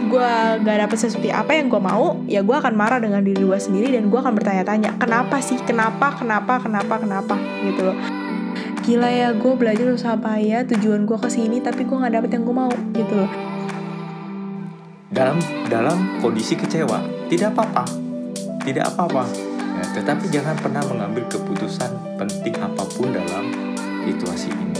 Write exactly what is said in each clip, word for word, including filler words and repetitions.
gue gak dapet seperti apa yang gue mau, ya gue akan marah dengan diri gue sendiri dan gue akan bertanya-tanya, kenapa sih, kenapa, kenapa, kenapa, kenapa, gitu loh. Gila ya, gue belajar usaha payah, tujuan gue kesini, tapi gue gak dapet yang gue mau, gitu loh. Dalam dalam kondisi kecewa, tidak apa-apa, tidak apa-apa. Ya, tetapi jangan pernah mengambil keputusan penting apapun dalam situasi ini.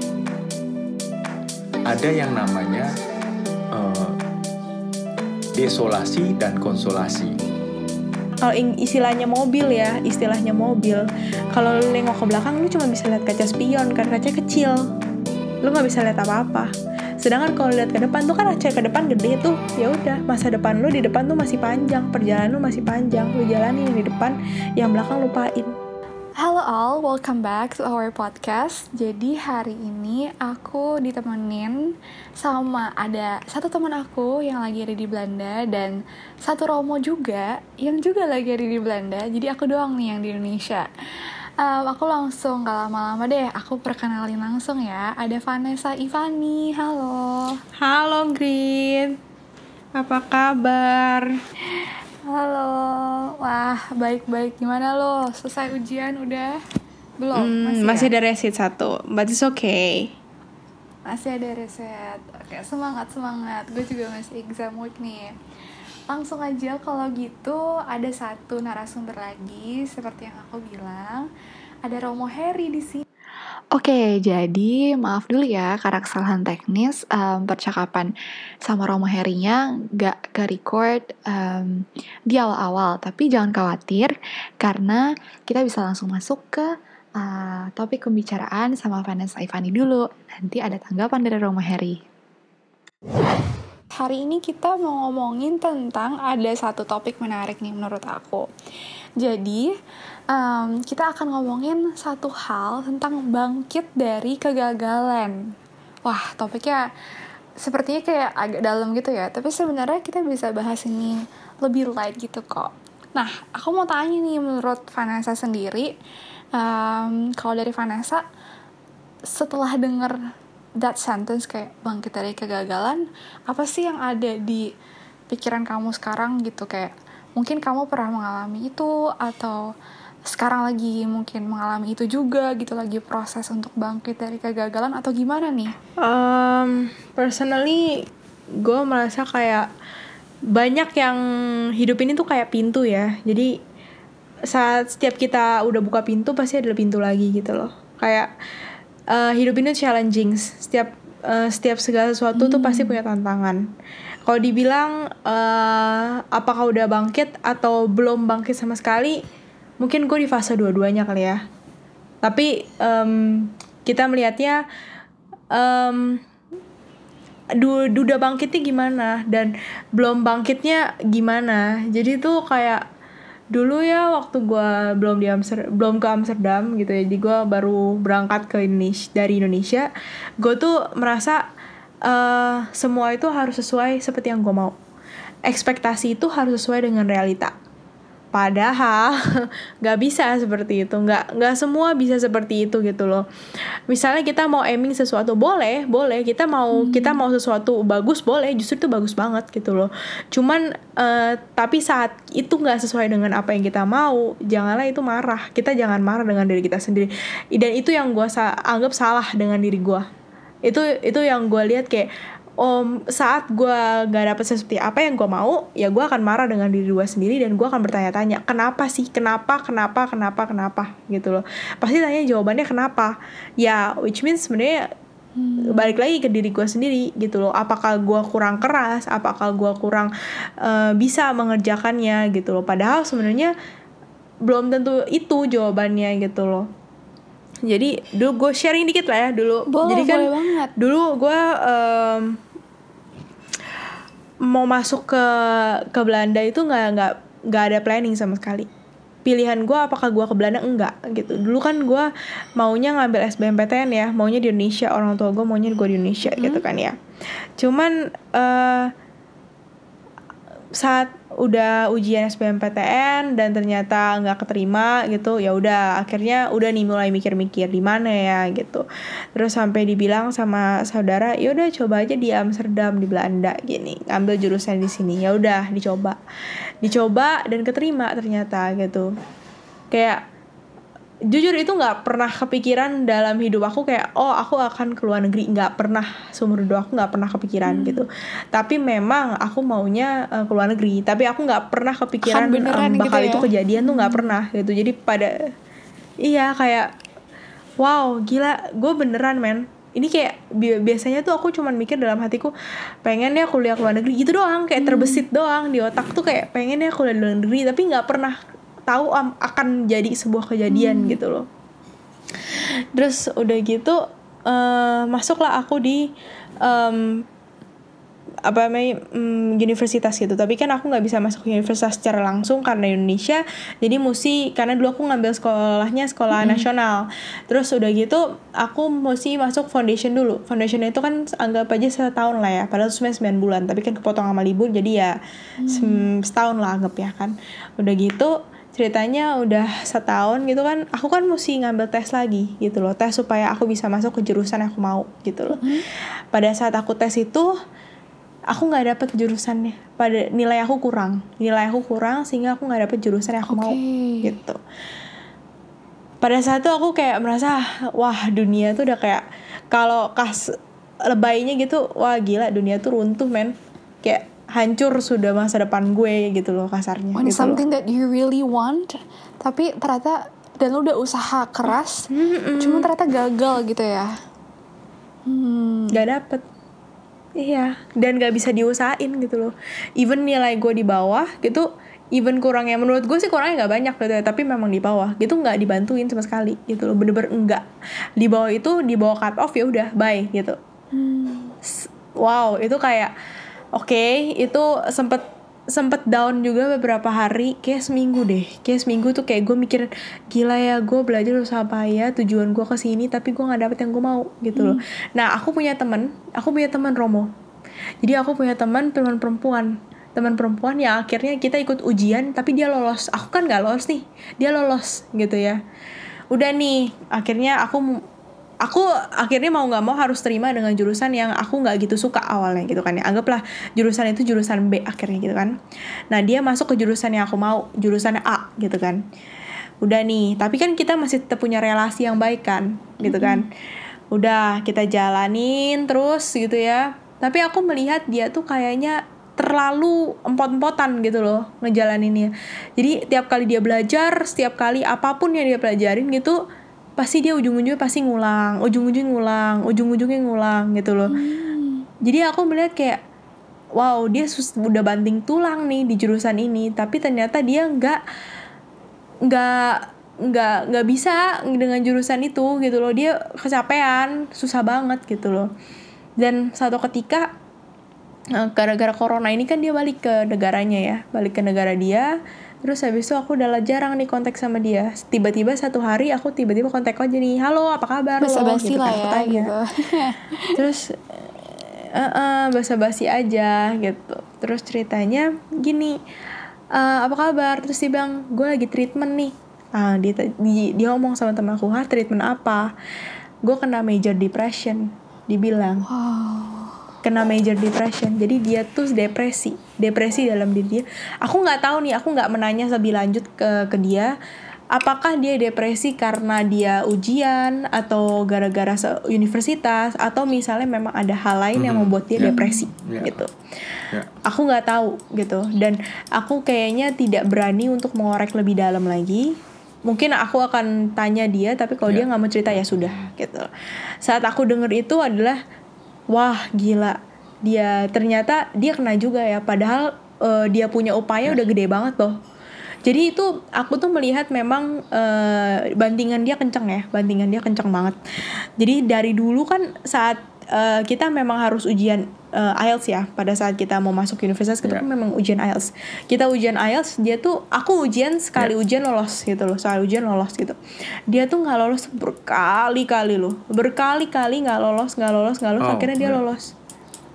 Ada yang namanya uh, desolasi dan konsolasi. Kalau istilahnya mobil ya, istilahnya mobil. Kalau lu nengok ke belakang, lu cuma bisa lihat kaca spion, kan kaca kecil. Lu nggak bisa lihat apa-apa. Sedangkan kalau lihat ke depan tuh kan kaca ke depan gede tuh. Ya udah, masa depan lu di depan tuh masih panjang, perjalanan lu masih panjang. Lu jalanin yang di depan, yang belakang lupain. Halo all, welcome back to our podcast. Jadi hari ini aku ditemenin sama ada satu teman aku yang lagi ada di Belanda dan satu Romo juga yang juga lagi ada di Belanda. Jadi aku doang nih yang di Indonesia. Um, aku langsung gak lama-lama deh, aku perkenalin langsung ya. Ada Vanessa Ivani, halo. Halo Green, apa kabar? Halo, wah baik-baik. Gimana lo? Selesai ujian udah? Belum? Hmm, masih masih ya? ada resit satu, but it's okay. Masih ada reset. Oke, semangat-semangat. Gue juga masih exam week nih. Langsung aja kalau gitu, ada satu narasumber lagi seperti yang aku bilang. Ada Romo Heri di sini. Oke, jadi maaf dulu ya karena kesalahan teknis um, percakapan sama Romo Herinya gak ke-record um, di awal-awal. Tapi jangan khawatir karena kita bisa langsung masuk ke uh, topik pembicaraan sama Vanessa Ivani dulu. Nanti ada tanggapan dari Romo Heri. Hari ini kita mau ngomongin tentang ada satu topik menarik nih menurut aku. Jadi, um, kita akan ngomongin satu hal tentang bangkit dari kegagalan. Wah, topiknya sepertinya kayak agak dalam gitu ya. Tapi sebenarnya kita bisa bahas ini lebih light gitu kok. Nah, aku mau tanya nih menurut Vanessa sendiri. Um, kalau dari Vanessa, setelah denger that sentence kayak bangkit dari kegagalan, apa sih yang ada di pikiran kamu sekarang gitu? Kayak mungkin kamu pernah mengalami itu atau sekarang lagi mungkin mengalami itu juga gitu, lagi proses untuk bangkit dari kegagalan atau gimana nih? Um, personally, gue merasa kayak banyak yang hidup ini tuh kayak pintu ya. Jadi saat setiap kita udah buka pintu pasti ada pintu lagi gitu loh. Kayak uh, hidup ini challenging. Setiap uh, setiap segala sesuatu hmm. tuh pasti punya tantangan. Kalau dibilang uh, apakah udah bangkit atau belum bangkit sama sekali, mungkin gue di fase dua-duanya kali ya. Tapi um, kita melihatnya um, du- udah bangkitnya gimana dan belum bangkitnya gimana. Jadi tuh kayak dulu ya waktu gue belum di Amster- belum ke Amsterdam gitu ya, jadi gue baru berangkat ke Indonesia dari Indonesia, gue tuh merasa uh, semua itu harus sesuai seperti yang gue mau. Ekspektasi itu harus sesuai dengan realita. Padahal nggak bisa seperti itu, nggak nggak semua bisa seperti itu gitu loh. Misalnya kita mau aiming sesuatu boleh, boleh kita mau hmm. kita mau sesuatu bagus boleh, justru itu bagus banget gitu loh. Cuman uh, tapi saat itu nggak sesuai dengan apa yang kita mau, janganlah itu marah. Kita jangan marah dengan diri kita sendiri. Dan itu yang gue sa- anggap salah dengan diri gue. Itu itu yang gue lihat kayak Om, saat gue gak dapet seperti apa yang gue mau, ya gue akan marah dengan diri gue sendiri dan gue akan bertanya-tanya, kenapa sih, kenapa, kenapa, kenapa, kenapa, gitu loh. Pasti tanya jawabannya kenapa. Ya, which means sebenarnya hmm. balik lagi ke diri gue sendiri, gitu loh. Apakah gue kurang keras, apakah gue kurang uh, bisa mengerjakannya, gitu loh. Padahal sebenarnya belum tentu itu jawabannya, gitu loh. Jadi dulu gue sharing dikit lah ya dulu. Boleh, Jadi kan boleh banget. Dulu gue um, mau masuk ke ke Belanda itu nggak nggak nggak ada planning sama sekali. Pilihan gue apakah gue ke Belanda enggak gitu. Dulu kan gue maunya ngambil S B M P T N ya, maunya di Indonesia. Orang tua gue maunya gue di Indonesia hmm. gitu kan ya. Cuman uh, saat udah ujian S B M P T N dan ternyata nggak keterima gitu, ya udah akhirnya udah nih mulai mikir-mikir di mana ya gitu. Terus sampai dibilang sama saudara, ya udah coba aja di Amsterdam di Belanda gini, ambil jurusan di sini. Ya udah dicoba dicoba dan keterima ternyata gitu. Kayak jujur itu nggak pernah kepikiran dalam hidup aku kayak oh aku akan ke luar negeri, nggak pernah, seumur hidup aku nggak pernah kepikiran hmm. gitu. Tapi memang aku maunya uh, ke luar negeri, tapi aku nggak pernah kepikiran um, bakal gitu ya? Itu kejadian tuh nggak pernah gitu. Jadi pada iya kayak wow gila gue beneran men. Ini kayak bi- biasanya tuh aku cuman mikir dalam hatiku pengennya kuliah ke luar negeri gitu doang, kayak terbesit hmm. doang di otak tuh kayak pengennya kuliah di luar negeri, tapi nggak pernah tahu um, akan jadi sebuah kejadian hmm. gitu loh. Terus udah gitu uh, masuklah aku di um, apa namanya um, universitas gitu. Tapi kan aku nggak bisa masuk universitas secara langsung karena Indonesia. Jadi mesti karena dulu aku ngambil sekolahnya sekolah hmm. nasional. Terus udah gitu aku mesti masuk foundation dulu. Foundation itu kan anggap aja setahun lah ya. Padahal cuma sembilan bulan. Tapi kan kepotong sama libur jadi ya hmm. setahun lah anggap ya kan. Udah gitu ceritanya udah setahun gitu kan, aku kan mesti ngambil tes lagi gitu loh, tes supaya aku bisa masuk ke jurusan yang aku mau gitu loh. Mm-hmm. Pada saat aku tes itu, aku nggak dapet jurusannya, pada nilai aku kurang, nilai aku kurang sehingga aku nggak dapet jurusan yang aku okay. mau gitu. Pada saat itu aku kayak merasa, wah dunia tuh udah kayak kalau kas lebaynya gitu, wah gila dunia tuh runtuh men, kayak hancur sudah masa depan gue gitu loh kasarnya. When gitu something loh. that you really want, tapi ternyata dan lu udah usaha keras, mm-hmm. cuma ternyata gagal gitu ya. Hmm. Gak dapet. Iya. Dan gak bisa diusahain gitu loh. Even nilai gue di bawah gitu, even kurangnya menurut gue sih kurangnya gak banyak gitu ya, tapi memang di bawah gitu nggak dibantuin sama sekali gitu loh, bener-bener enggak. Di bawah itu di bawah cut off ya udah bye gitu. Hmm. Wow itu kayak oke, okay, itu sempet sempet down juga beberapa hari, kayak seminggu deh, kayak seminggu tuh kayak gue mikir gila ya gue belajar usaha payah, tujuan gue kesini tapi gue nggak dapet yang gue mau gitu loh. Hmm. Nah aku punya teman, aku punya teman Romo, jadi aku punya teman teman perempuan, teman perempuan yang akhirnya kita ikut ujian tapi dia lolos, aku kan nggak lolos nih, dia lolos gitu ya. Udah nih, akhirnya aku aku akhirnya mau nggak mau harus terima dengan jurusan yang aku nggak gitu suka awalnya gitu kan ya, anggaplah jurusan itu jurusan B akhirnya gitu kan. Nah dia masuk ke jurusan yang aku mau, jurusan A gitu kan. Udah nih, tapi kan kita masih tetap punya relasi yang baik kan gitu kan. Udah kita jalanin terus gitu ya, tapi aku melihat dia tuh kayaknya terlalu empot-empotan gitu loh ngejalaninnya. Jadi tiap kali dia belajar, setiap kali apapun yang dia pelajarin gitu, pasti dia ujung-ujungnya pasti ngulang, ujung-ujungnya ngulang, ujung-ujungnya ngulang gitu loh. Hmm. Jadi aku melihat kayak, wow dia sus- udah banting tulang nih di jurusan ini, tapi ternyata dia nggak nggak nggak nggak bisa dengan jurusan itu gitu loh. Dia kecapean, susah banget gitu loh. Dan suatu ketika gara-gara corona ini kan dia balik ke negaranya ya, balik ke negara dia. Terus habis itu aku udah jarang nih kontak sama dia. Tiba-tiba satu hari aku tiba-tiba kontak aja nih, halo apa kabar lo? Basa-basi gitu lah kan, ya gitu. Terus uh-uh, basa-basi aja gitu. Terus ceritanya gini, uh, apa kabar? Terus dia bilang, gue lagi treatment nih. Ah, dia, dia, dia ngomong sama teman aku, ha treatment apa? Gue kena major depression. Dibilang. Wow. Kena major depression, jadi dia tuh depresi, depresi dalam diri dia. Aku nggak tahu nih, aku nggak menanya lebih lanjut ke ke dia, apakah dia depresi karena dia ujian atau gara-gara universitas atau misalnya memang ada hal lain mm-hmm. yang membuat dia yeah. depresi yeah. gitu. Yeah. Aku nggak tahu gitu, dan aku kayaknya tidak berani untuk mengorek lebih dalam lagi. Mungkin aku akan tanya dia, tapi kalau yeah. dia nggak mau cerita ya sudah gitu. Saat aku denger itu adalah wah gila, dia ternyata dia kena juga ya, padahal uh, dia punya upaya udah gede banget loh. Jadi itu aku tuh melihat memang uh, bantingan dia kenceng ya, bantingan dia kenceng banget. Jadi dari dulu kan saat uh, kita memang harus ujian uh, I E L T S ya, pada saat kita mau masuk universitas kita yeah. kan memang ujian I E L T S. Kita ujian I E L T S, dia tuh aku ujian sekali yeah. ujian lolos gitu loh, sekali ujian lolos gitu. Dia tuh nggak lolos berkali-kali loh, berkali-kali nggak lolos, nggak lolos, nggak lolos, oh, akhirnya dia yeah. lolos.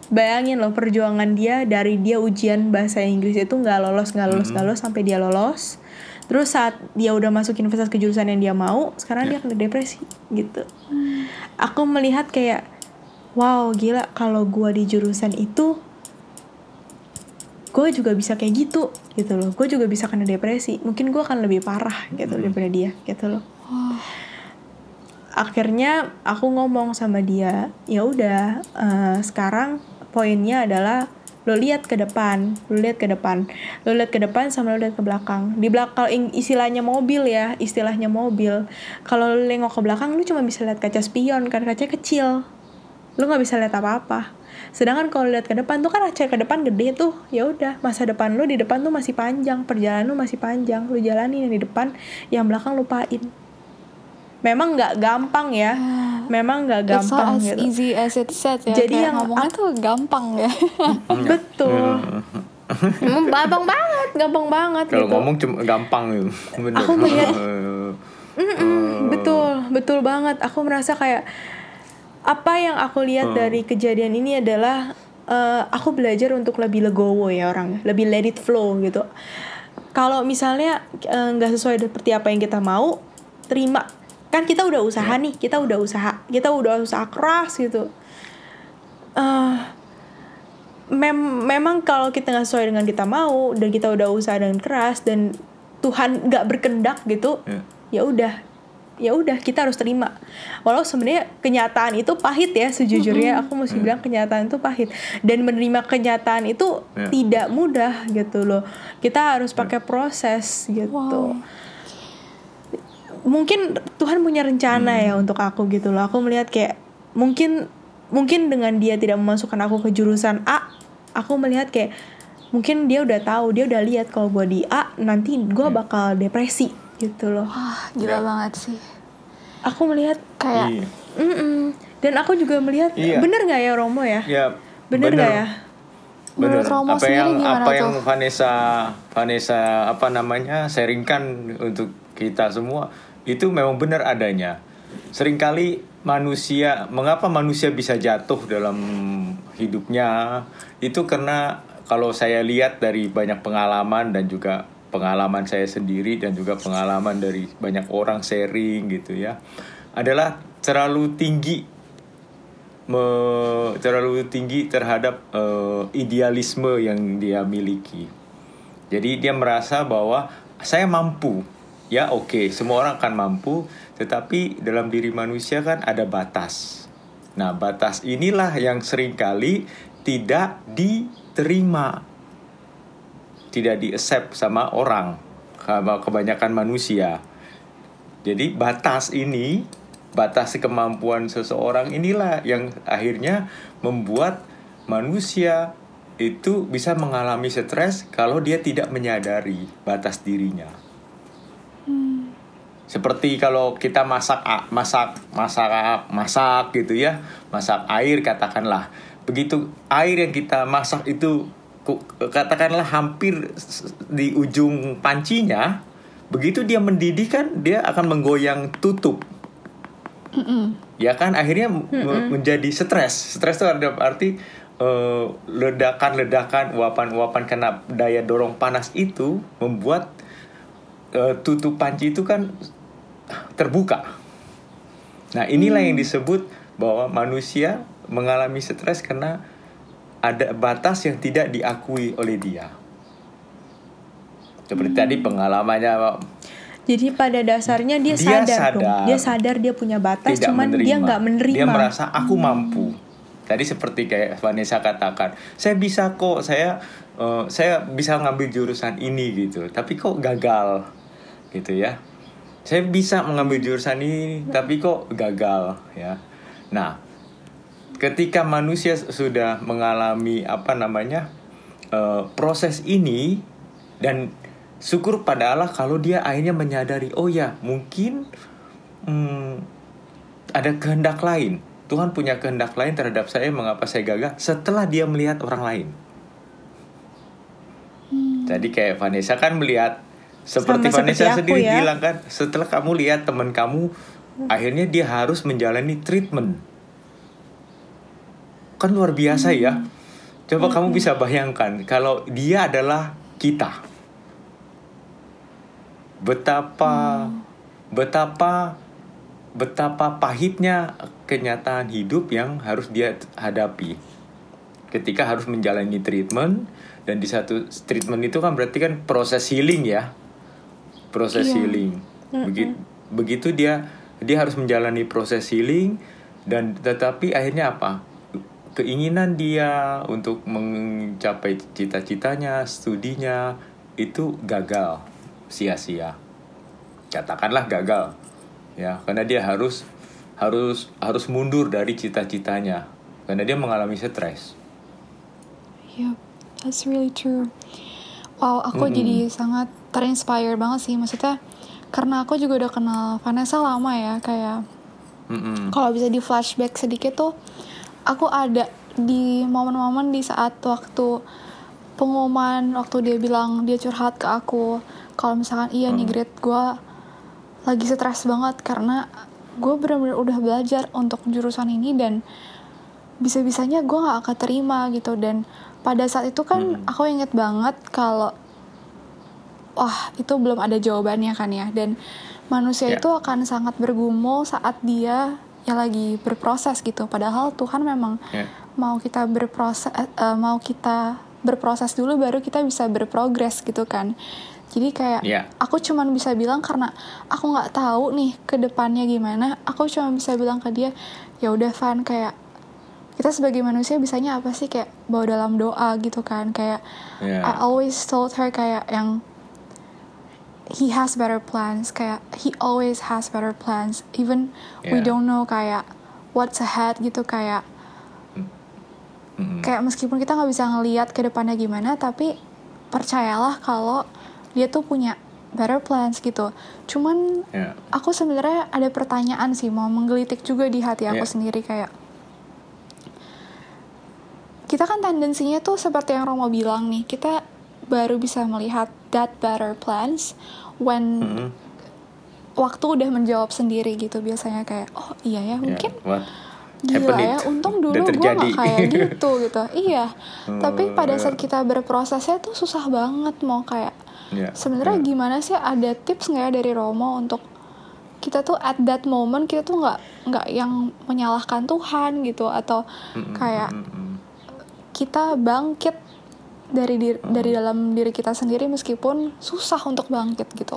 bayangin loh perjuangan dia dari dia ujian bahasa Inggris itu nggak lolos nggak lolos nggak Mm-mm. lolos sampai dia lolos. Terus saat dia udah masuk universitas ke jurusan yang dia mau, sekarang Ya. dia kena depresi gitu. Aku melihat kayak, wow gila kalau gue di jurusan itu, gue juga bisa kayak gitu gitu loh. Gue juga bisa kena depresi. Mungkin gue akan lebih parah gitu Mm. daripada dia gitu loh. Wah. Akhirnya aku ngomong sama dia, ya udah eh, sekarang poinnya adalah lo lihat ke depan, lo lihat ke depan, lo lihat ke depan sama lo lihat ke belakang. Di belakang istilahnya mobil ya, istilahnya mobil. Kalau lo nengok ke belakang, lo cuma bisa lihat kaca spion kan, kacanya kecil. Lo nggak bisa lihat apa-apa. Sedangkan kalau lihat ke depan tuh kan kaca ke depan gede tuh. Ya udah, masa depan lo di depan tuh masih panjang, perjalanan lo masih panjang. Lo jalanin yang di depan, yang belakang lupain. Memang nggak gampang ya, memang nggak It's not gampang as gitu. easy as it said ya. Jadi Kayak yang ngomongnya tuh gampang ya. Betul. Emang gampang banget, gampang banget Kalau gitu. ngomong cuma gampang gitu. Bener. Aku melihat- Eh, Mm-mm, betul, betul banget. Aku merasa kayak apa yang aku lihat dari kejadian ini adalah eh, aku belajar untuk lebih legowo ya orang, lebih let it flow gitu. Kalau misalnya eh, nggak sesuai seperti apa yang kita mau, terima. Kan kita udah usaha nih, kita udah usaha, kita udah usaha keras gitu. Eh, mem- memang kalau kita nggak sesuai dengan kita mau dan kita udah usaha dengan keras dan Tuhan nggak berkehendak gitu, Ya. ya udah, ya udah kita harus terima. Walau sebenarnya kenyataan itu pahit ya, sejujurnya aku mesti bilang kenyataan itu pahit dan menerima kenyataan itu Ya. tidak mudah gitu loh. Kita harus pakai proses gitu. Wow. Mungkin Tuhan punya rencana Hmm. ya untuk aku gitu loh. Aku melihat kayak mungkin mungkin dengan dia tidak memasukkan aku ke jurusan A, aku melihat kayak mungkin dia udah tahu, dia udah lihat kalau gue di A nanti gue bakal depresi gitu loh. Wah, gila Ya. banget sih. Aku melihat Kayak Iya. mm-mm. Dan aku juga melihat Iya. bener nggak ya Romo ya? Ya, Bener nggak ya? menurut Bener. Romo apa sendiri yang gimana apa yang tuh? Vanessa Vanessa apa namanya sharingkan untuk kita semua itu memang benar adanya. Seringkali manusia, mengapa manusia bisa jatuh dalam hidupnya itu karena kalau saya lihat dari banyak pengalaman dan juga pengalaman saya sendiri dan juga pengalaman dari banyak orang sharing gitu ya, adalah terlalu tinggi me- terlalu tinggi terhadap eh, idealisme yang dia miliki. Jadi dia merasa bahwa saya mampu. Ya oke, semua orang akan mampu, tetapi dalam diri manusia kan ada batas. Nah, batas inilah yang seringkali tidak diterima. Tidak di-accept sama orang, sama kebanyakan manusia. Jadi batas ini, batas kemampuan seseorang inilah yang akhirnya membuat manusia itu bisa mengalami stres kalau dia tidak menyadari batas dirinya. Seperti kalau kita masak masak masak masak gitu ya, masak air katakanlah. Begitu air yang kita masak itu katakanlah hampir di ujung pancinya, begitu dia mendidih kan dia akan menggoyang tutup. Mm-mm. Ya kan akhirnya m- menjadi stres. Stres itu ada arti uh, ledakan-ledakan, uapan-uapan karena daya dorong panas itu membuat uh, tutup panci itu kan terbuka. Nah, inilah yang disebut bahwa manusia mengalami stres karena ada batas yang tidak diakui oleh dia. Seperti tadi pengalamannya. Jadi pada dasarnya dia, Dia sadar, dong. sadar. Dia sadar dia punya batas, Tidak cuman menerima. dia nggak menerima. Dia merasa aku mampu. Tadi seperti kayak Vanessa katakan, saya bisa kok, saya uh, saya bisa ngambil jurusan ini gitu, tapi kok gagal, gitu ya. Saya bisa mengambil jurusan ini, tapi kok gagal, ya. Nah, ketika manusia sudah mengalami apa namanya uh, proses ini dan syukur pada Allah kalau dia akhirnya menyadari, oh ya mungkin hmm, ada kehendak lain. Tuhan punya kehendak lain terhadap saya, mengapa saya gagal? Setelah dia melihat orang lain. Hmm. Jadi kayak Vanessa kan melihat seperti Sama Vanessa seperti aku, sendiri ya. bilang kan, setelah kamu lihat teman kamu, hmm. akhirnya dia harus menjalani treatment. Kan luar biasa hmm. ya. Coba mm-hmm. kamu bisa bayangkan kalau dia adalah kita. Betapa mm. betapa betapa pahitnya kenyataan hidup yang harus dia hadapi ketika harus menjalani treatment. Dan di satu treatment itu kan berarti kan proses healing ya. Proses yeah. healing. Begitu, mm-hmm. begitu dia dia harus menjalani proses healing, dan tetapi akhirnya apa? Keinginan dia untuk mencapai cita-citanya, studinya itu gagal, sia-sia. Katakanlah gagal. Ya, karena dia harus harus harus mundur dari cita-citanya karena dia mengalami stres. Yep, that's really true. Wow, aku mm-hmm. jadi sangat terinspire banget sih, maksudnya karena aku juga udah kenal Vanessa lama ya, kayak mm-hmm. kalau bisa di flashback sedikit tuh, aku ada di momen-momen di saat waktu pengumuman, waktu dia bilang dia curhat ke aku, kalau misalkan iya nih Grit, gue lagi stres banget karena gue benar-benar udah belajar untuk jurusan ini dan bisa-bisanya gue gak akan terima gitu. Dan pada saat itu kan hmm. aku inget banget kalau wah itu belum ada jawabannya kan ya, dan manusia yeah. itu akan sangat bergumul saat dia ya lagi berproses gitu, padahal Tuhan memang yeah. mau kita berproses uh, mau kita berproses dulu baru kita bisa berprogres gitu kan. Jadi kayak yeah. aku cuman bisa bilang karena aku nggak tahu nih ke depannya gimana, aku cuma bisa bilang ke dia, ya udah Van, kayak kita sebagai manusia bisanya apa sih, kayak bawa dalam doa gitu kan. Kayak yeah. I always told her kayak yang he has better plans, kayak he always has better plans even yeah. we don't know kayak what's ahead gitu, kayak mm-hmm. kayak meskipun kita nggak bisa ngelihat ke depannya gimana, tapi percayalah kalau dia tuh punya better plans gitu. Cuman yeah. aku sebenarnya ada pertanyaan sih, mau menggelitik juga di hati aku yeah. sendiri, kayak kita kan tendensinya tuh seperti yang Romo bilang nih, kita baru bisa melihat that better plans when mm-hmm. waktu udah menjawab sendiri gitu. Biasanya kayak oh iya ya mungkin yeah. gila ya, untung dulu gue gak kayak gitu gitu. Iya, oh, tapi pada saat kita berprosesnya tuh susah banget mau kayak yeah, sebenarnya yeah. gimana sih, ada tips nggak ya dari Romo untuk kita tuh at that moment kita tuh nggak nggak yang menyalahkan Tuhan gitu, atau kayak kita bangkit dari diri, oh. dari dalam diri kita sendiri meskipun susah untuk bangkit gitu.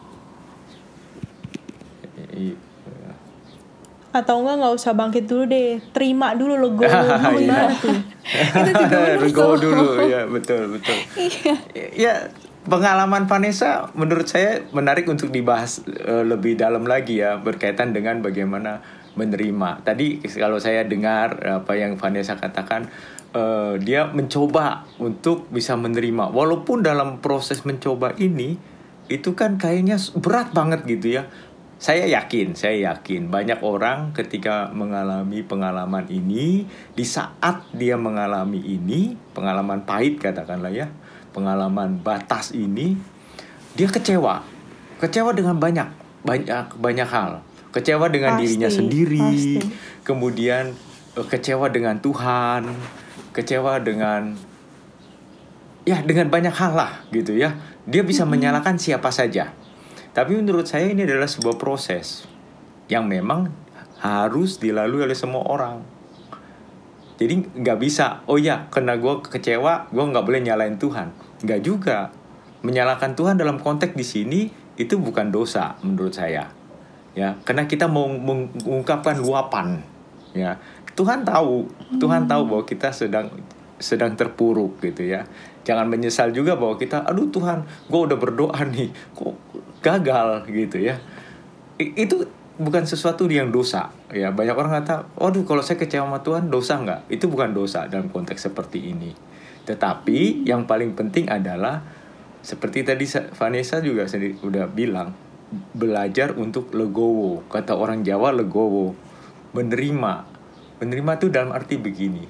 Atau enggak nggak usah bangkit dulu deh, terima dulu lo go gimana tuh? Itu juga benar go dulu ya, betul betul. Iya. Ya, pengalaman Vanessa menurut saya menarik untuk dibahas uh, lebih dalam lagi ya, berkaitan dengan bagaimana menerima. Tadi kalau saya dengar apa yang Vanessa katakan, uh, dia mencoba untuk bisa menerima, walaupun dalam proses mencoba ini itu kan kayaknya berat banget gitu ya. Saya yakin, saya yakin banyak orang ketika mengalami pengalaman ini, di saat dia mengalami ini, pengalaman pahit katakanlah ya, pengalaman batas ini, dia kecewa. Kecewa dengan banyak, banyak, banyak hal. Kecewa dengan pasti, dirinya sendiri, pasti. Kemudian kecewa dengan Tuhan, kecewa dengan, ya dengan banyak hal lah gitu ya. Dia bisa mm-hmm. menyalahkan siapa saja. Tapi menurut saya ini adalah sebuah proses yang memang harus dilalui oleh semua orang. Jadi gak bisa, oh ya karena gue kecewa, gue gak boleh nyalain Tuhan. Gak juga. Menyalahkan Tuhan dalam konteks di sini itu bukan dosa menurut saya. Ya, karena kita mau mengungkapkan luapan. Ya, Tuhan tahu, Tuhan tahu bahwa kita sedang sedang terpuruk gitu ya. Jangan menyesal juga bahwa kita, aduh Tuhan, gue udah berdoa nih, kok gagal gitu ya. I- itu bukan sesuatu yang dosa ya. Banyak orang kata, waduh kalau saya kecewa sama Tuhan dosa nggak? Itu bukan dosa dalam konteks seperti ini. Tetapi yang paling penting adalah seperti tadi Vanessa juga sendiri udah bilang, belajar untuk legowo. Kata orang Jawa legowo, menerima. Menerima itu dalam arti begini,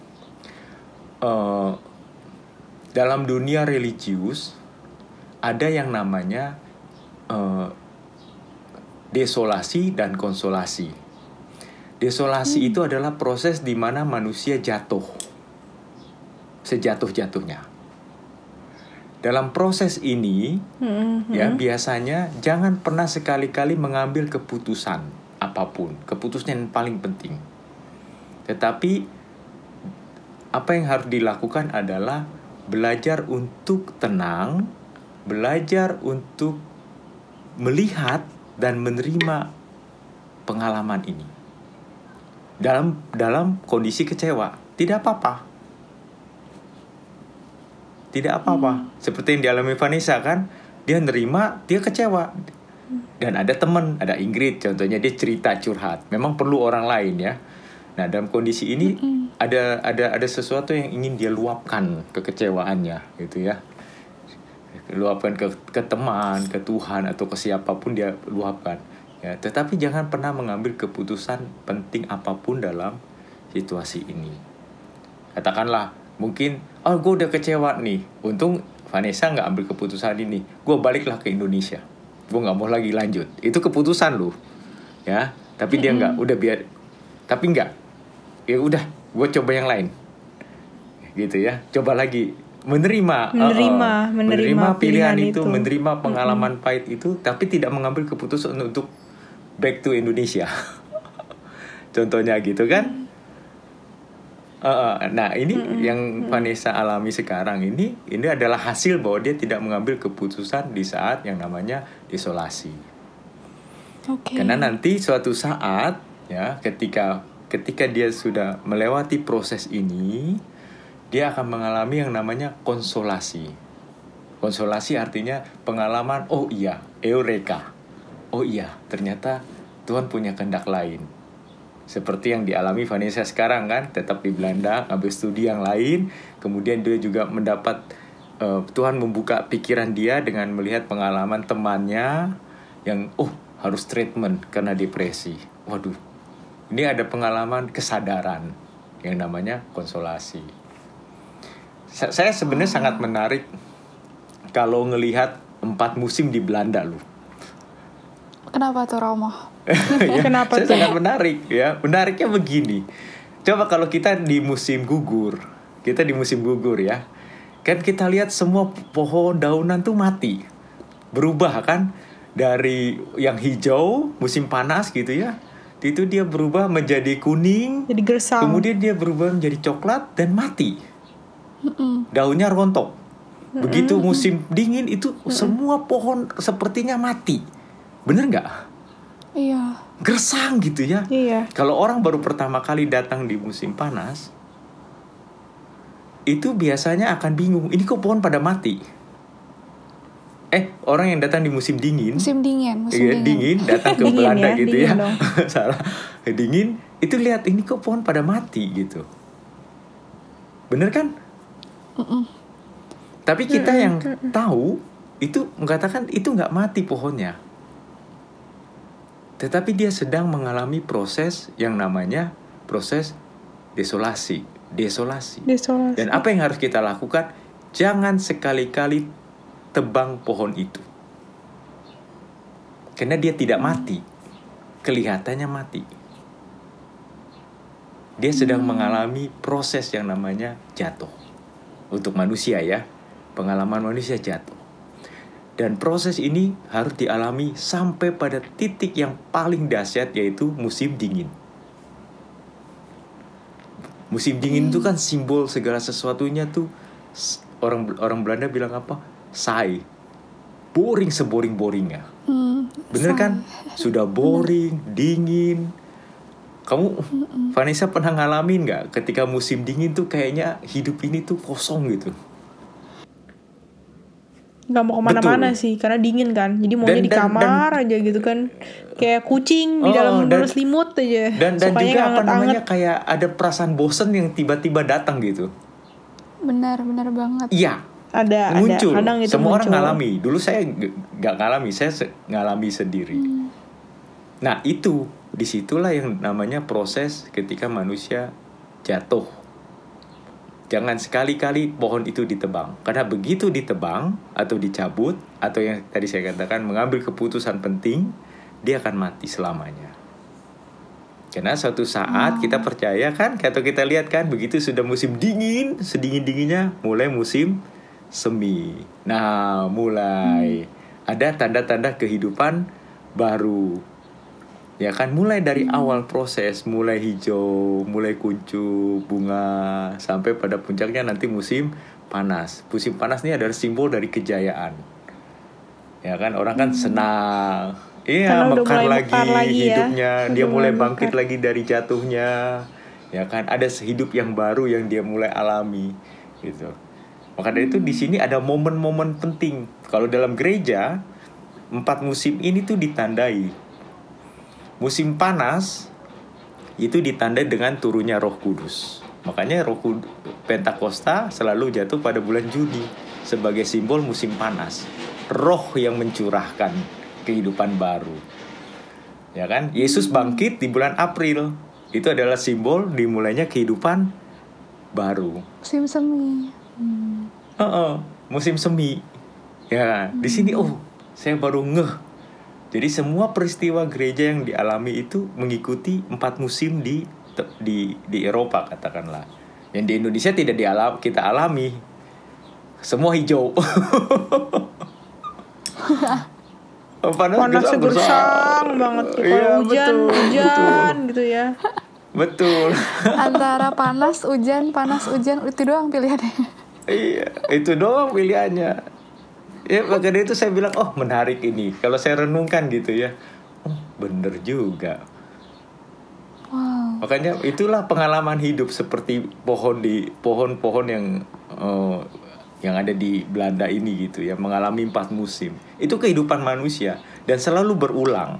uh, dalam dunia religius ada yang namanya Uh, desolasi dan konsolasi. Desolasi hmm. itu adalah proses di mana manusia jatuh. sejatuh-jatuhnya. Dalam proses ini, Mm-mm. ya biasanya jangan pernah sekali-kali mengambil keputusan apapun, keputusan yang paling penting. Tetapi apa yang harus dilakukan adalah belajar untuk tenang, belajar untuk melihat dan menerima pengalaman ini. Dalam dalam kondisi kecewa, tidak apa-apa. Tidak apa-apa. Hmm. Seperti yang dialami Vanessa kan, dia nerima, dia kecewa. Dan ada teman, ada Ingrid contohnya, dia cerita curhat. Memang perlu orang lain ya. Nah, dalam kondisi ini mm-hmm. ada ada ada sesuatu yang ingin dia luapkan kekecewaannya gitu ya. Luapkan ke ke teman, ke Tuhan atau ke siapapun dia luapkan. Ya, tetapi jangan pernah mengambil keputusan penting apapun dalam situasi ini. Katakanlah, mungkin, oh gue udah kecewa nih. Untung Vanessa nggak ambil keputusan ini. Gue baliklah ke Indonesia. Gue nggak mau lagi lanjut. Itu keputusan lu, ya. Tapi dia nggak. Udah biar. Tapi nggak. Ya udah. Gue coba yang lain. Gitu ya. Coba lagi menerima, menerima, uh, uh, menerima, menerima pilihan, pilihan itu, itu, menerima pengalaman mm-hmm. pahit itu, tapi tidak mengambil keputusan untuk back to Indonesia. Contohnya gitu kan. Uh, nah ini mm-hmm. yang Vanessa alami sekarang ini ini adalah hasil bahwa dia tidak mengambil keputusan di saat yang namanya isolasi. Okay. Karena nanti suatu saat ya ketika ketika dia sudah melewati proses ini, dia akan mengalami yang namanya konsolasi. Konsolasi artinya pengalaman, oh iya, eureka. Oh iya, ternyata Tuhan punya kehendak lain. Seperti yang dialami Vanessa sekarang kan, tetap di Belanda, ngambil studi yang lain, kemudian dia juga mendapat uh, Tuhan membuka pikiran dia dengan melihat pengalaman temannya yang oh harus treatment karena depresi. Waduh, ini ada pengalaman kesadaran yang namanya konsolasi. Sa- saya sebenarnya oh. sangat menarik kalau ngelihat empat musim di Belanda loh. Kenapa tuh Romo? ya, Kenapa saya tuh? sangat menarik ya. Menariknya begini. Coba kalau kita di musim gugur, kita di musim gugur ya, kan kita lihat semua pohon daunan tuh mati, berubah kan dari yang hijau musim panas gitu ya, itu dia berubah menjadi kuning, jadi gersang. Kemudian dia berubah menjadi coklat dan mati. Mm-mm. Daunnya rontok. Begitu Mm-mm. musim dingin itu Mm-mm. semua pohon sepertinya mati. Bener nggak? Iya. Gersang gitu ya. Iya. Kalau orang baru pertama kali datang di musim panas, itu biasanya akan bingung. Ini kok pohon pada mati? Eh, orang yang datang di musim dingin. Musim dingin. Musim ya, dingin. dingin datang ke dingin Belanda ya, gitu dingin ya. Salah. Dingin. Itu lihat ini kok pohon pada mati gitu. Bener kan? Mm-mm. Tapi kita Mm-mm. yang Mm-mm. tahu itu mengatakan itu nggak mati pohonnya. Tetapi dia sedang mengalami proses yang namanya proses desolasi, desolasi. Desolasi. Dan apa yang harus kita lakukan? Jangan sekali-kali tebang pohon itu. Karena dia tidak mati. Kelihatannya mati. Dia sedang hmm. mengalami proses yang namanya jatuh. Untuk manusia ya, pengalaman manusia jatuh. Dan proses ini harus dialami sampai pada titik yang paling dahsyat, yaitu musim dingin. Musim dingin itu kan simbol segala sesuatunya tuh. Orang orang Belanda bilang apa? Saai. Boring seboring-boringnya. Hmm, Bener say. kan? Sudah boring, dingin. Kamu, Mm-mm. Vanessa pernah ngalamin gak ketika musim dingin tuh kayaknya hidup ini tuh kosong gitu? Gak mau kemana-mana Betul. sih, karena dingin kan. Jadi maunya dan, di dan, kamar dan, aja gitu kan. Kayak kucing di oh, dalam dan, selimut aja. Dan, dan juga apa namanya kayak ada perasaan bosen yang tiba-tiba datang gitu. Benar, benar banget. Iya. Ada, muncul. ada. Kadang itu Semua muncul. orang ngalami. Dulu saya g- gak ngalami, saya se- ngalami sendiri. Hmm. Nah itu, disitulah yang namanya proses ketika manusia jatuh. Jangan sekali-kali pohon itu ditebang. Karena begitu ditebang atau dicabut, atau yang tadi saya katakan mengambil keputusan penting, dia akan mati selamanya. Karena suatu saat kita percaya kan, atau kita lihat kan, begitu sudah musim dingin, sedingin-dinginnya mulai musim semi. Nah, mulai hmm. ada tanda-tanda kehidupan baru. Ya kan, mulai dari hmm. awal proses, mulai hijau, mulai kuncup, bunga, sampai pada puncaknya nanti musim panas. Musim panas ini adalah simbol dari kejayaan. Ya kan, orang kan hmm. senang. Iya, mekar lagi, lagi hidupnya, ya. Dia mulai bangkit mekar. lagi dari jatuhnya, ya kan? Ada hidup yang baru yang dia mulai alami, gitu. Maka dari itu di sini ada momen-momen penting. Kalau dalam gereja, empat musim ini tuh ditandai. Musim panas itu ditandai dengan turunnya Roh Kudus. Makanya Roh Kudus Pentakosta selalu jatuh pada bulan Juni sebagai simbol musim panas. Roh yang mencurahkan kehidupan baru, ya kan? Yesus bangkit di bulan April, itu adalah simbol dimulainya kehidupan baru. Musim semi. Hmm. Uh-uh, musim semi, ya. Hmm. Di sini, oh, saya baru ngeh. Jadi semua peristiwa gereja yang dialami itu mengikuti empat musim di di di Eropa katakanlah. Yang di Indonesia tidak dialam kita alami. Semua hijau. Panas, panas gersang banget gitu. Iya, hujan, betul, hujan betul. Gitu ya. Betul. Antara panas, hujan, panas, hujan, itu doang pilihannya. Iya, itu doang pilihannya. Ya, makanya itu saya bilang, oh menarik ini. Kalau saya renungkan gitu ya, oh bener juga. Wow. Makanya itulah pengalaman hidup seperti pohon di pohon-pohon yang uh, yang ada di Belanda ini gitu ya, mengalami empat musim. Itu kehidupan manusia dan selalu berulang.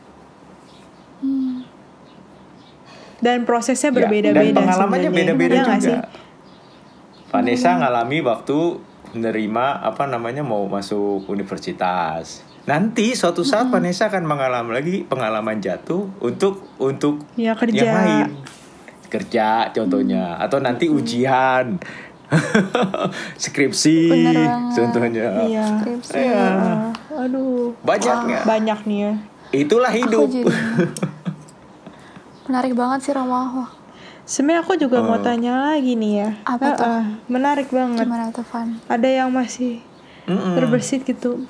Hmm. Dan prosesnya berbeda-beda. Ya, dan pengalamannya beda-beda ya, juga. Vanessa hmm. ngalami waktu menerima apa namanya mau masuk universitas. Nanti suatu saat hmm. Vanessa akan mengalami lagi pengalaman jatuh untuk untuk ya, kerja. yang lain. Kerja contohnya hmm. atau nanti ujian. Skripsi contohnya. Iya. Skripsi. Ya. Aduh. Banyak nggak? Banyak nih ya. Itulah hidup. Menarik banget sih Romo. Sebenarnya aku juga uh. mau tanya lagi nih ya. Apa tuh? Uh, menarik banget. Gimana tuh, Van? Ada yang masih Mm-mm. terbersit gitu.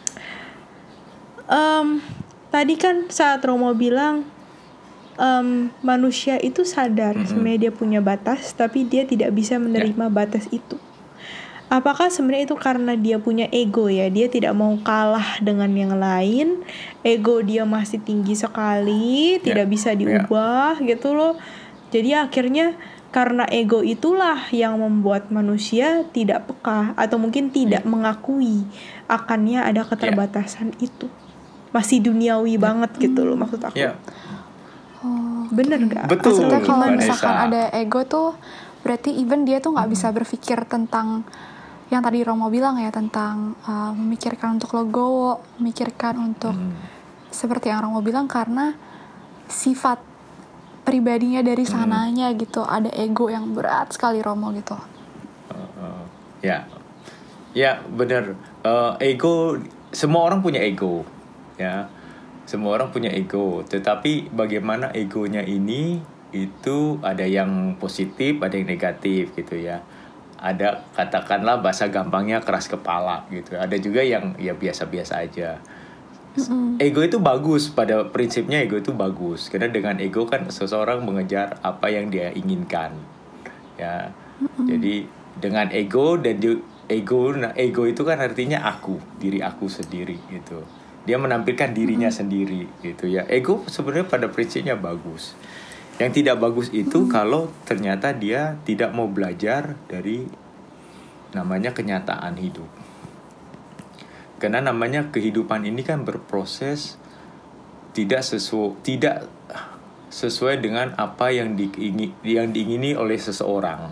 Um, tadi kan saat Romo bilang Um, manusia itu sadar mm-hmm. sebenarnya dia punya batas, tapi dia tidak bisa menerima yeah. batas itu. Apakah sebenarnya itu karena dia punya ego ya? Dia tidak mau kalah dengan yang lain, ego dia masih tinggi sekali, yeah. tidak bisa diubah yeah. gitu loh. Jadi akhirnya karena ego itulah yang membuat manusia tidak peka atau mungkin tidak yeah. mengakui akannya ada keterbatasan yeah. itu. Masih duniawi yeah. banget gitu loh maksud aku. Yeah. Oh, bener nggak? Betul. Maksudnya kalau misalkan ada ego tuh berarti even dia tuh nggak hmm. bisa berpikir tentang yang tadi Romo bilang ya, tentang uh, memikirkan untuk legowo, memikirkan untuk hmm. seperti yang Romo bilang, karena sifat pribadinya dari sananya hmm. gitu, ada ego yang berat sekali Romo gitu. Uh, uh, ya, ya bener. Uh, ego, semua orang punya ego, ya. Semua orang punya ego, tetapi bagaimana egonya ini itu ada yang positif, ada yang negatif gitu ya. Ada katakanlah bahasa gampangnya keras kepala gitu. Ada juga yang ya biasa-biasa aja. Mm-hmm. Ego itu bagus, pada prinsipnya ego itu bagus. Karena dengan ego kan seseorang mengejar apa yang dia inginkan. Ya. Mm-hmm. Jadi dengan ego dan di, ego nah ego itu kan artinya aku, diri aku sendiri gitu. Dia menampilkan dirinya mm-hmm. sendiri gitu ya. Ego sebenarnya pada prinsipnya bagus. Yang tidak bagus itu mm-hmm. kalau ternyata dia tidak mau belajar dari namanya kenyataan hidup. Karena namanya kehidupan ini kan berproses tidak sesuai tidak sesuai dengan apa yang diingini yang diingini oleh seseorang.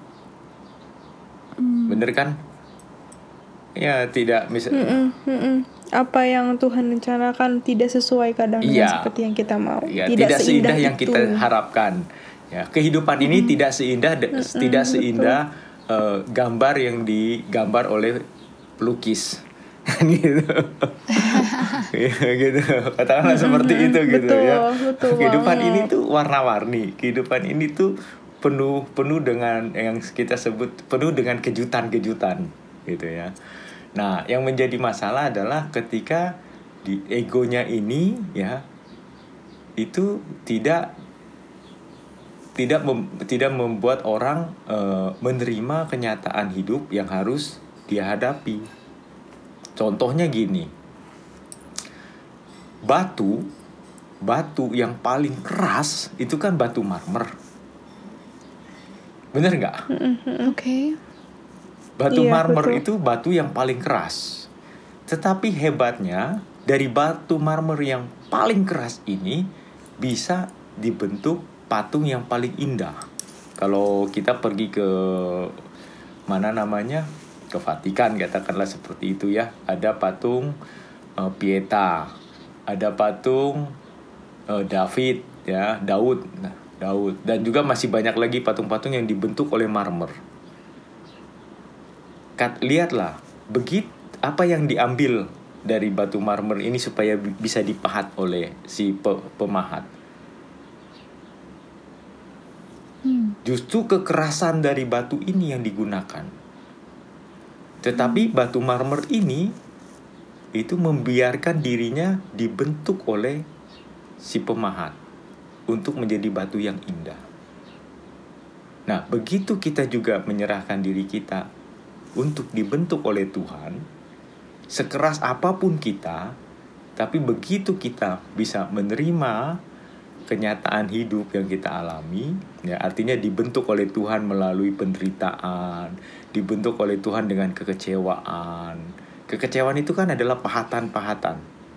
Mm. Bener kan? Ya tidak misalnya. Apa yang Tuhan rencanakan tidak sesuai kadang ya, seperti yang kita mau. Ya, tidak, tidak seindah yang itu. kita harapkan. Ya, kehidupan mm-hmm. ini tidak seindah mm-hmm, tidak seindah uh, gambar yang digambar oleh pelukis. Gitu. gitu, katakanlah seperti itu gitu Betul, ya. betul Kehidupan banget. ini tuh warna-warni, kehidupan ini tuh penuh penuh dengan yang kita sebut penuh dengan kejutan-kejutan gitu ya. Nah, yang menjadi masalah adalah ketika di egonya ini ya itu tidak tidak mem, tidak membuat orang uh, menerima kenyataan hidup yang harus dia hadapi. Contohnya gini, batu batu yang paling keras itu kan batu marmer, bener nggak? Oke. Okay. Batu Iya, marmer betul. itu batu yang paling keras. Tetapi hebatnya dari batu marmer yang paling keras ini bisa dibentuk patung yang paling indah. Kalau kita pergi ke mana namanya, ke Vatikan katakanlah seperti itu ya, ada patung uh, Pieta, ada patung uh, David ya, Daud, nah, Daud, dan juga masih banyak lagi patung-patung yang dibentuk oleh marmer. Kat, lihatlah, begitu apa yang diambil dari batu marmer ini supaya bisa dipahat oleh si pe, pemahat. Hmm. Justru kekerasan dari batu ini yang digunakan. Tetapi batu marmer ini itu membiarkan dirinya dibentuk oleh si pemahat untuk menjadi batu yang indah. Nah, begitu kita juga menyerahkan diri kita untuk dibentuk oleh Tuhan, sekeras apapun kita, tapi begitu kita bisa menerima kenyataan hidup yang kita alami, ya artinya dibentuk oleh Tuhan melalui penderitaan, dibentuk oleh Tuhan dengan kekecewaan. Kekecewaan itu kan adalah pahatan-pahatan,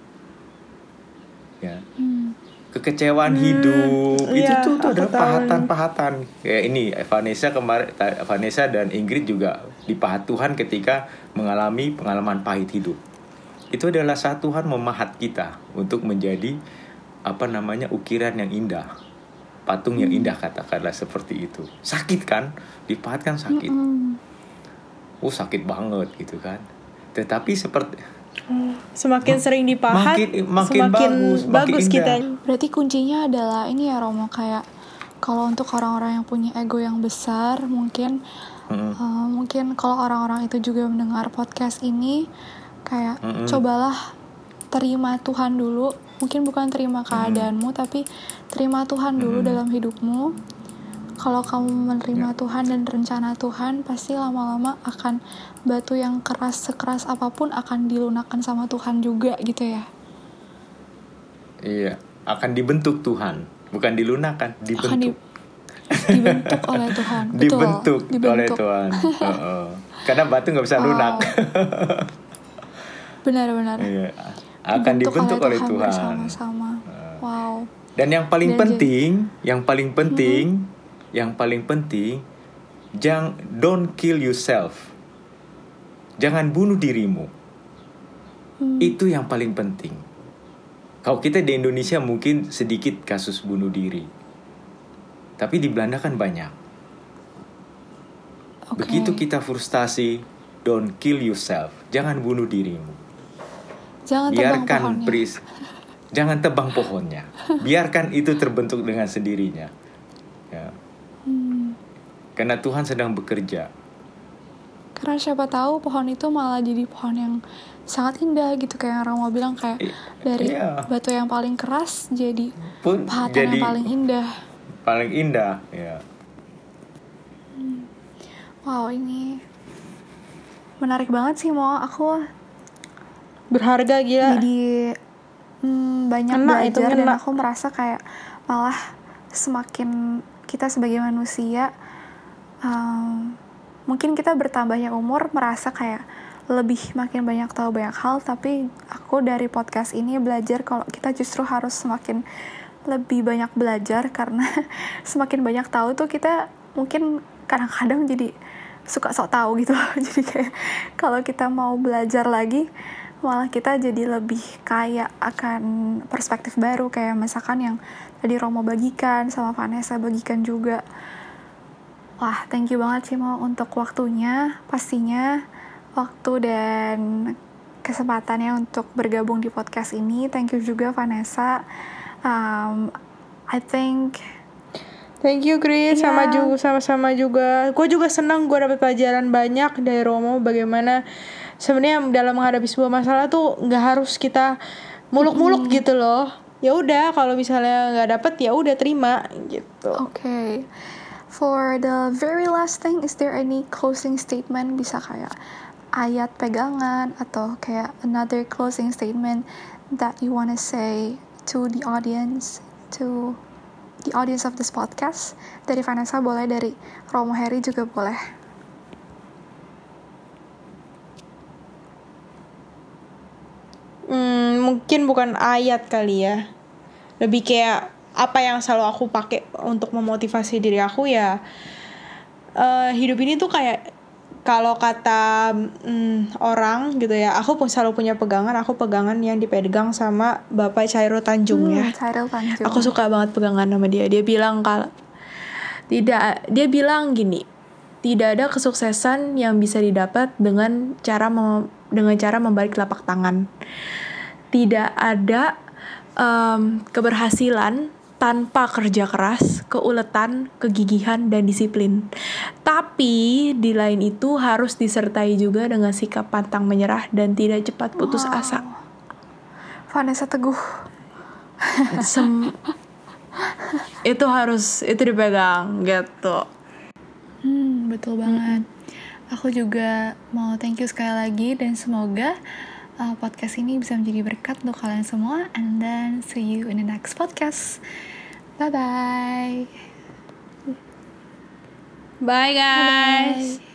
ya. Hmm. Kekecewaan Hmm, hidup itu iya, tuh, tuh aku adalah tahu pahatan-pahatan. Kayak ini Vanessa kemarin, Vanessa dan Ingrid juga dipahat Tuhan ketika mengalami pengalaman pahit hidup. Itu adalah saat Tuhan memahat kita untuk menjadi apa namanya ukiran yang indah, patung yang indah katakanlah seperti itu. Sakit kan, dipahat kan sakit. Mm-mm. Oh sakit banget gitu kan. Tetapi seperti Semakin sering dipahat, makin makin semakin bagus, makin bagus indah. kita. Berarti kuncinya adalah ini ya Romo, kayak kalau untuk orang-orang yang punya ego yang besar, mungkin Mm-mm. uh, mungkin kalau orang-orang itu juga mendengar podcast ini, kayak Mm-mm. cobalah terima Tuhan dulu. Mungkin bukan terima keadaanmu, mm. tapi terima Tuhan dulu Mm-mm. dalam hidupmu. Kalau kamu menerima Ya. Tuhan dan rencana Tuhan, pasti lama-lama akan batu yang keras sekeras apapun akan dilunakkan sama Tuhan juga gitu ya. Iya, akan dibentuk Tuhan, bukan dilunakkan, dibentuk. Akan di, dibentuk oleh Tuhan. Betul. Dibentuk, dibentuk oleh Tuhan. Uh-uh. Karena batu nggak bisa wow. lunak. Benar-benar. Iya, akan dibentuk, dibentuk oleh Tuhan, oleh Tuhan. Bersama-sama. Uh. Wow. Dan yang paling Dan penting, jadi, yang paling penting, mm-hmm. yang paling penting, jangan don't kill yourself. Jangan bunuh dirimu. Hmm. Itu yang paling penting. Kalau kita di Indonesia mungkin sedikit kasus bunuh diri, tapi di Belanda kan banyak. Okay. Begitu kita frustasi, don't kill yourself. Jangan bunuh dirimu. Jangan biarkan tebang pohonnya. Pris, jangan tebang pohonnya. Biarkan itu terbentuk dengan sendirinya. Ya. Hmm. Karena Tuhan sedang bekerja. Karena siapa tahu pohon itu malah jadi pohon yang sangat indah gitu, kayak yang Rama bilang, kayak dari iya. batu yang paling keras jadi pun pahatan jadi yang paling indah. Paling indah, ya. Hmm. Wow, ini menarik banget sih, Mo. Aku berharga gila. Jadi hmm, banyak ngena, belajar dan aku merasa kayak malah semakin kita sebagai manusia, um, mungkin kita bertambahnya umur merasa kayak lebih makin banyak tahu banyak hal, tapi aku dari podcast ini belajar kalau kita justru harus semakin lebih banyak belajar, karena semakin banyak tahu tuh kita mungkin kadang-kadang jadi suka sok tahu gitu. Jadi kayak kalau kita mau belajar lagi malah kita jadi lebih kaya akan perspektif baru, kayak misalkan yang tadi Romo bagikan sama Vanessa bagikan juga. Wah, thank you banget sih Mo untuk waktunya, pastinya waktu dan kesempatannya untuk bergabung di podcast ini. Thank you juga Vanessa. Um, I think Thank you Chris, Iya. sama juga sama-sama juga. Gue juga senang gue dapet pelajaran banyak dari Romo bagaimana sebenarnya dalam menghadapi sebuah masalah tuh nggak harus kita muluk-muluk gitu loh. Ya udah kalau misalnya nggak dapet ya udah terima gitu. Okay. For the very last thing, is there any closing statement? Bisa kayak ayat pegangan atau kayak another closing statement that you wanna say to the audience, to the audience of this podcast? Dari Vanessa boleh, dari Romo Heri juga boleh. Hmm, mungkin bukan ayat kali ya. Lebih kayak apa yang selalu aku pakai untuk memotivasi diri aku ya. Uh, hidup ini tuh kayak kalau kata mm, orang gitu ya, aku pun selalu punya pegangan. Aku pegangan yang dipegang sama Bapak Chairul Tanjung Hmm, ya. Chairul Tanjung. Aku suka banget pegangan sama dia. Dia bilang kalau tidak, dia bilang gini, tidak ada kesuksesan yang bisa didapat dengan cara mem, dengan cara membalik telapak tangan. Tidak ada um, keberhasilan tanpa kerja keras, keuletan, kegigihan, dan disiplin. Tapi di lain itu harus disertai juga dengan sikap pantang menyerah dan tidak cepat putus Wow. asa. Vanessa teguh. Sem- itu harus itu dipegang gitu. Hmm, betul banget. Aku juga mau thank you sekali lagi dan semoga uh, podcast ini bisa menjadi berkat untuk kalian semua. And then see you in the next podcast. Bye-bye. Bye guys. Bye.